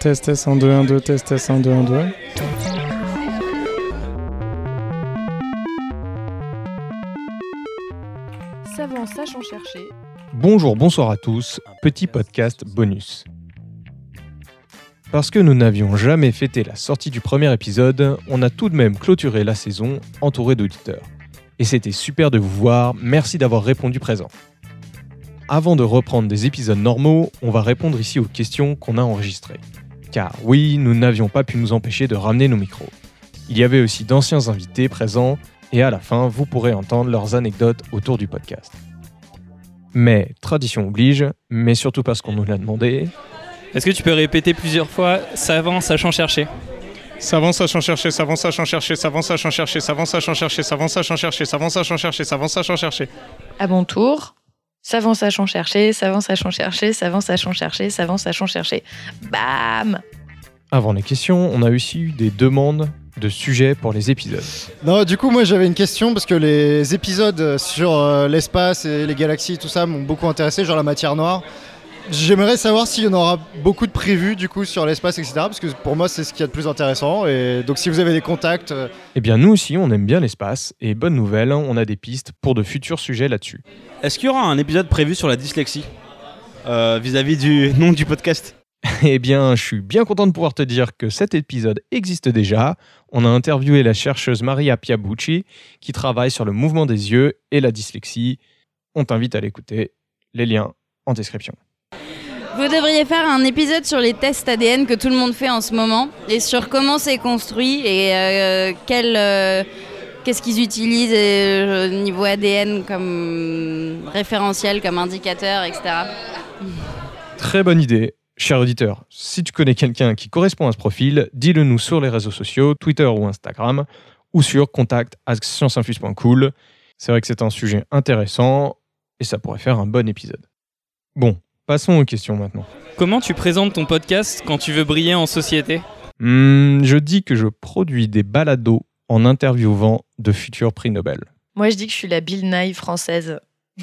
Test 1, 2, 1, 2, test 1, 2, 1, 2. Savant sachant chercher. Bonjour, bonsoir à tous, petit podcast bonus. Parce que nous n'avions jamais fêté la sortie du premier épisode, on a tout de même clôturé la saison entouré d'auditeurs. Et c'était super de vous voir, merci d'avoir répondu présent. Avant de reprendre des épisodes normaux, on va répondre ici aux questions qu'on a enregistrées. Car oui, nous n'avions pas pu nous empêcher de ramener nos micros. Il y avait aussi d'anciens invités présents, et à la fin, vous pourrez entendre leurs anecdotes autour du podcast. Mais, tradition oblige, mais surtout parce qu'on nous l'a demandé... Est-ce que tu peux répéter plusieurs fois « savant sachant chercher » ? Savant sachant chercher, savant sachant chercher, savant sachant chercher, savant sachant chercher, savant sachant chercher, savant sachant chercher, savant sachant chercher. À mon tour, savant sachant chercher, savant sachant chercher, savant sachant chercher, savant sachant chercher. Bam ! Avant les questions, on a aussi eu des demandes de sujets pour les épisodes. Non, du coup, moi j'avais une question parce que les épisodes sur l'espace et les galaxies, tout ça m'ont beaucoup intéressé, genre la matière noire. J'aimerais savoir s'il y en aura beaucoup de prévus du coup sur l'espace, etc. Parce que pour moi c'est ce qu'il y a de plus intéressant. Et donc si vous avez des contacts... Eh bien nous aussi on aime bien l'espace et bonne nouvelle, on a des pistes pour de futurs sujets là-dessus. Est-ce qu'il y aura un épisode prévu sur la dyslexie vis-à-vis du nom du podcast ? Eh bien je suis bien content de pouvoir te dire que cet épisode existe déjà. On a interviewé la chercheuse Maria Piabucci qui travaille sur le mouvement des yeux et la dyslexie. On t'invite à l'écouter, les liens en description. Vous devriez faire un épisode sur les tests ADN que tout le monde fait en ce moment et sur comment c'est construit et qu'est-ce qu'ils utilisent au niveau ADN comme référentiel, comme indicateur, etc. Très bonne idée. Cher auditeur, si tu connais quelqu'un qui correspond à ce profil, dis-le nous sur les réseaux sociaux, Twitter ou Instagram, ou sur contact@scienceinfuse.cool. C'est vrai que c'est un sujet intéressant et ça pourrait faire un bon épisode. Bon, passons aux questions maintenant. Comment tu présentes ton podcast quand tu veux briller en société ? Je dis que je produis des balados en interviewant de futurs prix Nobel. Moi, je dis que je suis la Bill Nye française.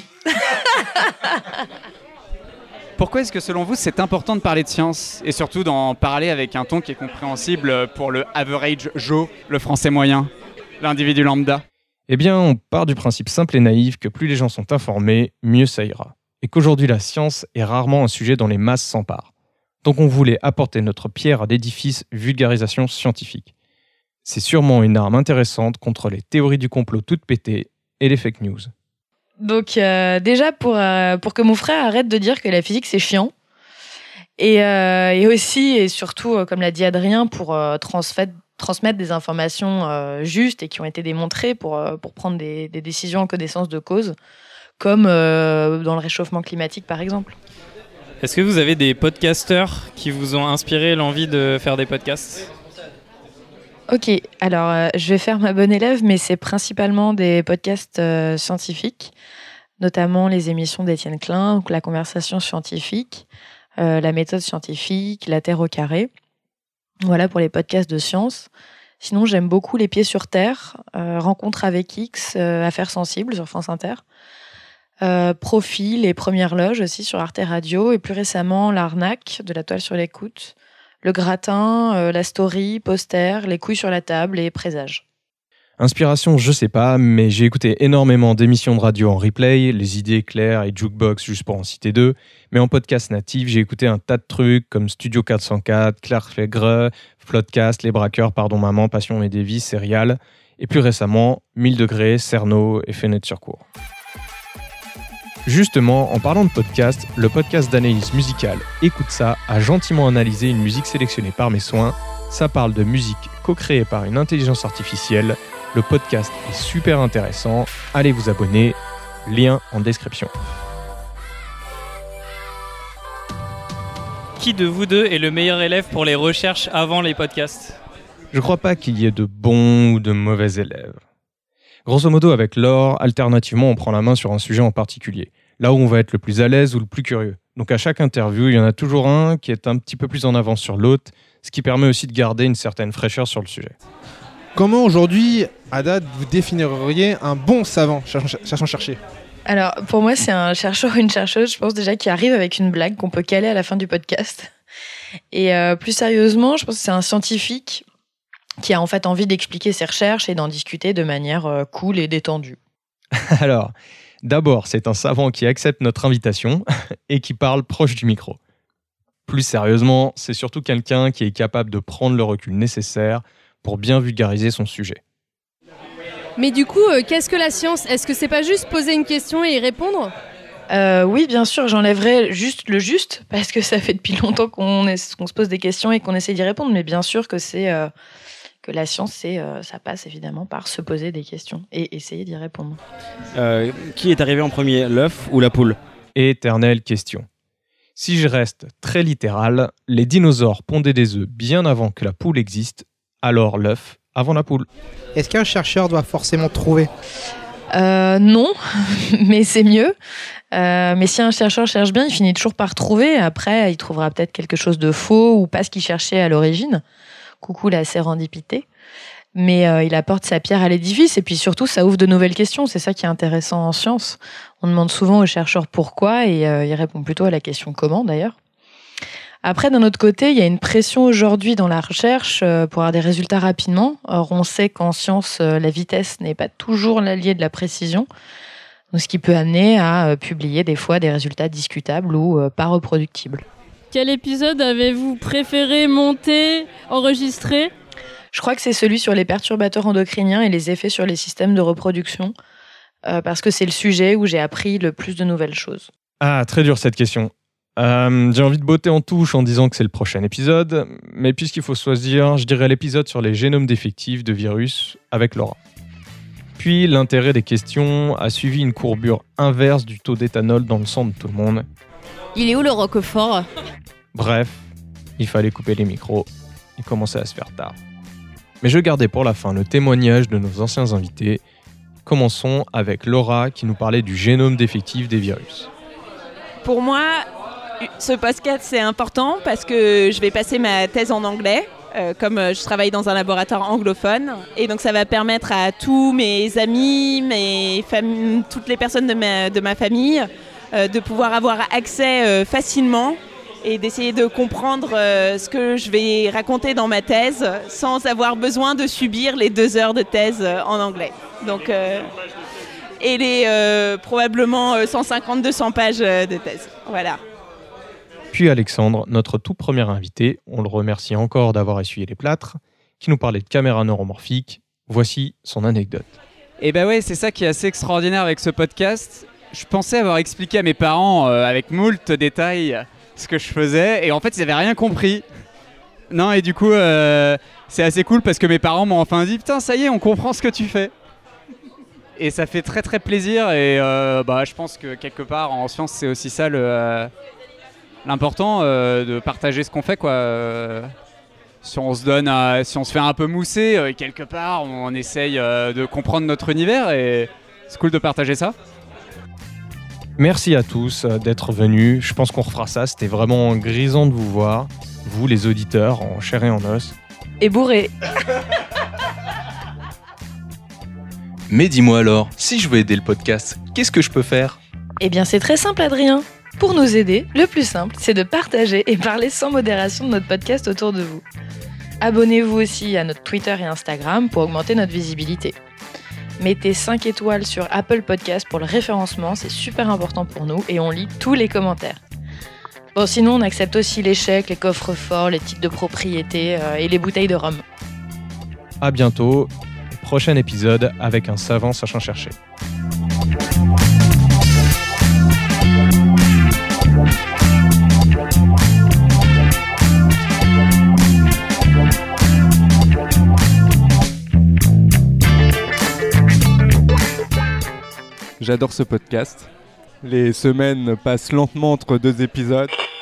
Pourquoi est-ce que selon vous c'est important de parler de science et surtout d'en parler avec un ton qui est compréhensible pour le average Joe, le français moyen, l'individu lambda ? Eh bien, on part du principe simple et naïf que plus les gens sont informés, mieux ça ira. Et qu'aujourd'hui la science est rarement un sujet dont les masses s'emparent. Donc on voulait apporter notre pierre à l'édifice vulgarisation scientifique. C'est sûrement une arme intéressante contre les théories du complot toutes pétées et les fake news. Donc déjà, pour que mon frère arrête de dire que la physique c'est chiant, et aussi et surtout, comme l'a dit Adrien, pour transmettre des informations justes et qui ont été démontrées pour prendre des décisions en connaissance de cause, comme dans le réchauffement climatique par exemple. Est-ce que vous avez des podcasteurs qui vous ont inspiré l'envie de faire des podcasts ? Ok, alors je vais faire ma bonne élève, mais c'est principalement des podcasts scientifiques, notamment les émissions d'Étienne Klein, donc la conversation scientifique, la méthode scientifique, la Terre au carré. Voilà pour les podcasts de science. Sinon, j'aime beaucoup Les Pieds sur Terre, Rencontre avec X, Affaires sensibles sur France Inter, Profil et Première Loge aussi sur Arte Radio, et plus récemment L'Arnaque de la Toile sur l'écoute, Le Gratin, La Story, Poster, Les couilles sur la table et Présage. Inspiration, je sais pas, mais j'ai écouté énormément d'émissions de radio en replay, Les Idées Claires et Jukebox, juste pour en citer deux. Mais en podcast natif, j'ai écouté un tas de trucs comme Studio 404, Claire Flegre, Floodcast, Les Braqueurs, Pardon Maman, Passion et Davis, Serial. Et plus récemment, 1000 degrés, Cerno et Fenêtre-sur-Cour. Justement, en parlant de podcast, le podcast d'analyse musicale Écoute ça a gentiment analysé une musique sélectionnée par mes soins. Ça parle de musique co-créée par une intelligence artificielle. Le podcast est super intéressant. Allez vous abonner, lien en description. Qui de vous deux est le meilleur élève pour les recherches avant les podcasts ? Je crois pas qu'il y ait de bons ou de mauvais élèves. Grosso modo, avec Laure, alternativement, on prend la main sur un sujet en particulier. Là où on va être le plus à l'aise ou le plus curieux. Donc à chaque interview, il y en a toujours un qui est un petit peu plus en avance sur l'autre, ce qui permet aussi de garder une certaine fraîcheur sur le sujet. Comment aujourd'hui, à date, vous définiriez un bon savant cherchant chercher ? Alors, pour moi, c'est un chercheur ou une chercheuse, je pense déjà, qui arrive avec une blague qu'on peut caler à la fin du podcast. Et plus sérieusement, je pense que c'est un scientifique qui a en fait envie d'expliquer ses recherches et d'en discuter de manière cool et détendue. Alors, d'abord, c'est un savant qui accepte notre invitation et qui parle proche du micro. Plus sérieusement, c'est surtout quelqu'un qui est capable de prendre le recul nécessaire pour bien vulgariser son sujet. Mais du coup, qu'est-ce que la science ? Est-ce que c'est pas juste poser une question et y répondre ? Oui, bien sûr, j'enlèverai juste le juste, parce que ça fait depuis longtemps qu'on se pose des questions et qu'on essaie d'y répondre, mais bien sûr que que la science, ça passe évidemment par se poser des questions et essayer d'y répondre. Qui est arrivé en premier, l'œuf ou la poule ? Éternelle question. Si je reste très littéral, les dinosaures pondaient des œufs bien avant que la poule existe, alors l'œuf avant la poule. Est-ce qu'un chercheur doit forcément trouver ? Non, mais c'est mieux. Mais si un chercheur cherche bien, il finit toujours par trouver. Après, il trouvera peut-être quelque chose de faux ou pas ce qu'il cherchait à l'origine. Coucou la sérendipité. Mais il apporte sa pierre à l'édifice et puis surtout, ça ouvre de nouvelles questions. C'est ça qui est intéressant en science. On demande souvent aux chercheurs pourquoi et il répond plutôt à la question comment d'ailleurs. Après, d'un autre côté, il y a une pression aujourd'hui dans la recherche pour avoir des résultats rapidement. Or, on sait qu'en science, la vitesse n'est pas toujours l'allié de la précision. Donc, ce qui peut amener à publier des fois des résultats discutables ou pas reproductibles. Quel épisode avez-vous préféré monter, enregistrer ? Je crois que c'est celui sur les perturbateurs endocriniens et les effets sur les systèmes de reproduction, parce que c'est le sujet où j'ai appris le plus de nouvelles choses. Ah, très dur cette question. J'ai envie de botter en touche en disant que c'est le prochain épisode, mais puisqu'il faut choisir, je dirais l'épisode sur les génomes défectifs de virus avec Laura. Puis l'intérêt des questions a suivi une courbure inverse du taux d'éthanol dans le sang de tout le monde. Il est où le Roquefort ? Bref, il fallait couper les micros et commencer à se faire tard. Mais je gardais pour la fin le témoignage de nos anciens invités. Commençons avec Laura qui nous parlait du génome défectif des virus. Pour moi, ce podcast c'est important parce que je vais passer ma thèse en anglais, comme je travaille dans un laboratoire anglophone. Et donc ça va permettre à tous mes amis, toutes les personnes de ma famille de pouvoir avoir accès facilement et d'essayer de comprendre ce que je vais raconter dans ma thèse sans avoir besoin de subir les 2 heures de thèse en anglais. Donc, et les probablement 150-200 pages de thèse. Voilà. Puis Alexandre, notre tout premier invité, on le remercie encore d'avoir essuyé les plâtres, qui nous parlait de caméras neuromorphiques. Voici son anecdote. Et bah ouais, c'est ça qui est assez extraordinaire avec ce podcast. Je pensais avoir expliqué à mes parents avec moult détails ce que je faisais et en fait ils n'avaient rien compris. Non, et du coup c'est assez cool parce que mes parents m'ont enfin dit putain ça y est on comprend ce que tu fais. Et ça fait très très plaisir et je pense que quelque part en science c'est aussi ça l'important de partager ce qu'on fait quoi. Si on se fait un peu mousser quelque part on essaye de comprendre notre univers et c'est cool de partager ça. Merci à tous d'être venus. Je pense qu'on refera ça. C'était vraiment grisant de vous voir. Vous, les auditeurs, en chair et en os. Et bourré. Mais dis-moi alors, si je veux aider le podcast, qu'est-ce que je peux faire ? Eh bien, c'est très simple, Adrien. Pour nous aider, le plus simple, c'est de partager et parler sans modération de notre podcast autour de vous. Abonnez-vous aussi à notre Twitter et Instagram pour augmenter notre visibilité. Mettez 5 étoiles sur Apple Podcast pour le référencement, c'est super important pour nous et on lit tous les commentaires. Bon, sinon, on accepte aussi les chèques, les coffres-forts, les titres de propriété et les bouteilles de rhum. À bientôt, prochain épisode avec un savant sachant chercher. J'adore ce podcast. Les semaines passent lentement entre 2 épisodes.